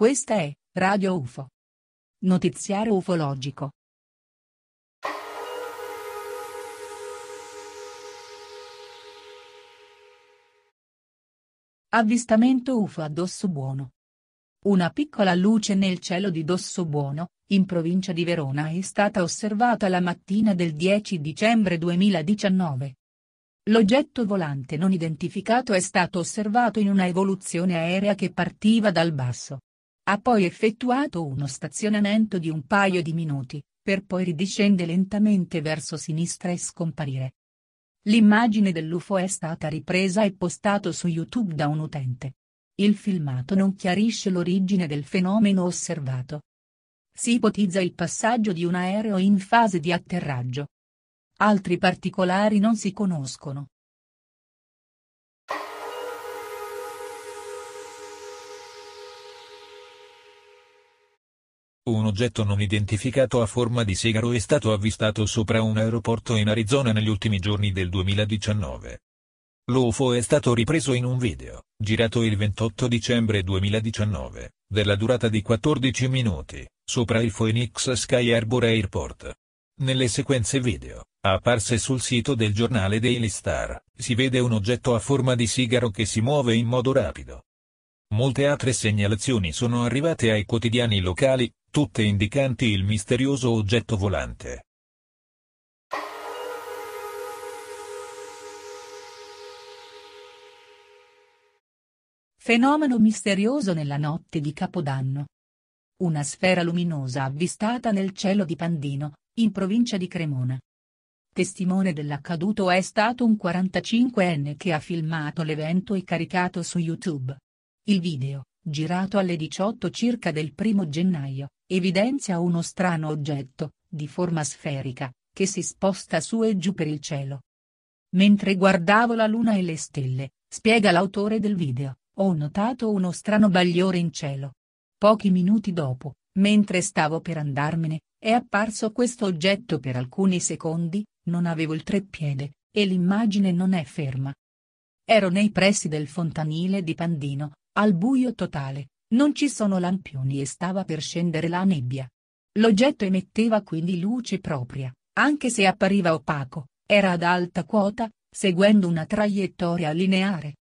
Questa è Radio UFO. Notiziario ufologico. Avvistamento UFO a Dossobuono. Una piccola luce nel cielo di Dossobuono, in provincia di Verona, è stata osservata la mattina del 10 dicembre 2019. L'oggetto volante non identificato è stato osservato in una evoluzione aerea che partiva dal basso. Ha poi effettuato uno stazionamento di un paio di minuti, per poi ridiscendere lentamente verso sinistra e scomparire. L'immagine dell'UFO è stata ripresa e postato su YouTube da un utente. Il filmato non chiarisce l'origine del fenomeno osservato. Si ipotizza il passaggio di un aereo in fase di atterraggio. Altri particolari non si conoscono. Un oggetto non identificato a forma di sigaro è stato avvistato sopra un aeroporto in Arizona negli ultimi giorni del 2019. L'UFO è stato ripreso in un video, girato il 28 dicembre 2019, della durata di 14 minuti, sopra il Phoenix Sky Harbor Airport. Nelle sequenze video, apparse sul sito del giornale Daily Star, si vede un oggetto a forma di sigaro che si muove in modo rapido. Molte altre segnalazioni sono arrivate ai quotidiani locali, tutte indicanti il misterioso oggetto volante. Fenomeno misterioso nella notte di Capodanno. Una sfera luminosa avvistata nel cielo di Pandino, in provincia di Cremona. Testimone dell'accaduto è stato un 45enne che ha filmato l'evento e caricato su YouTube. Il video, girato alle 18 circa del 1 gennaio, evidenzia uno strano oggetto, di forma sferica, che si sposta su e giù per il cielo. Mentre guardavo la luna e le stelle, spiega l'autore del video, ho notato uno strano bagliore in cielo. Pochi minuti dopo, mentre stavo per andarmene, è apparso questo oggetto per alcuni secondi, non avevo il treppiede, e l'immagine non è ferma. Ero nei pressi del fontanile di Pandino, al buio totale, non ci sono lampioni e stava per scendere la nebbia. L'oggetto emetteva quindi luce propria, anche se appariva opaco, era ad alta quota, seguendo una traiettoria lineare.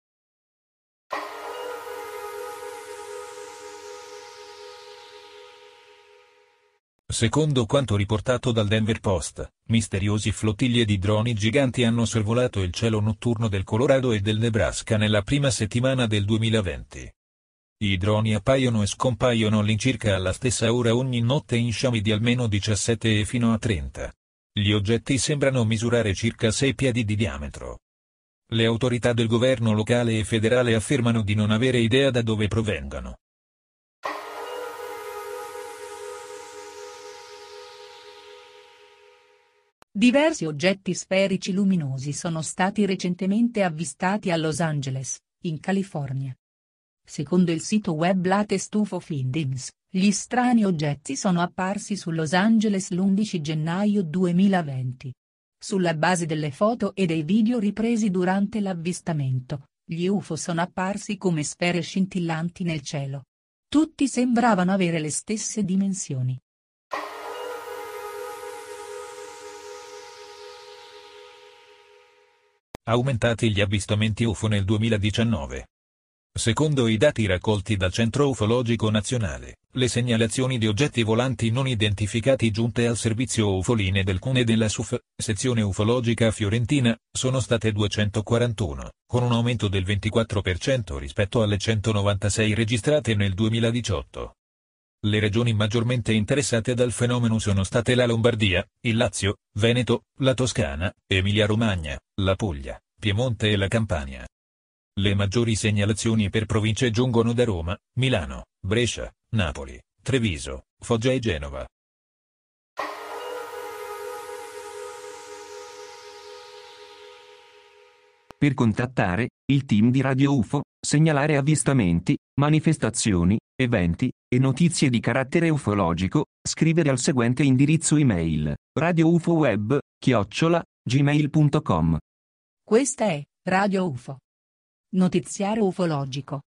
Secondo quanto riportato dal Denver Post, misteriosi flottiglie di droni giganti hanno sorvolato il cielo notturno del Colorado e del Nebraska nella prima settimana del 2020. I droni appaiono e scompaiono all'incirca alla stessa ora ogni notte in sciami di almeno 17 e fino a 30. Gli oggetti sembrano misurare circa 6 piedi di diametro. Le autorità del governo locale e federale affermano di non avere idea da dove provengano. Diversi oggetti sferici luminosi sono stati recentemente avvistati a Los Angeles, in California. Secondo il sito web Latest UFO Findings, gli strani oggetti sono apparsi su Los Angeles l'11 gennaio 2020. Sulla base delle foto e dei video ripresi durante l'avvistamento, gli UFO sono apparsi come sfere scintillanti nel cielo. Tutti sembravano avere le stesse dimensioni. Aumentati gli avvistamenti UFO nel 2019. Secondo i dati raccolti dal Centro Ufologico Nazionale, le segnalazioni di oggetti volanti non identificati giunte al servizio ufoline del CUNE della SUF, sezione ufologica fiorentina, sono state 241, con un aumento del 24% rispetto alle 196 registrate nel 2018. Le regioni maggiormente interessate dal fenomeno sono state la Lombardia, il Lazio, Veneto, la Toscana, Emilia-Romagna, la Puglia, Piemonte e la Campania. Le maggiori segnalazioni per province giungono da Roma, Milano, Brescia, Napoli, Treviso, Foggia e Genova. Per contattare il team di Radio UFO, segnalare avvistamenti, manifestazioni, eventi e notizie di carattere ufologico, scrivere al seguente indirizzo email: radioufoweb@gmail.com. Questa è Radio UFO. Notiziario ufologico.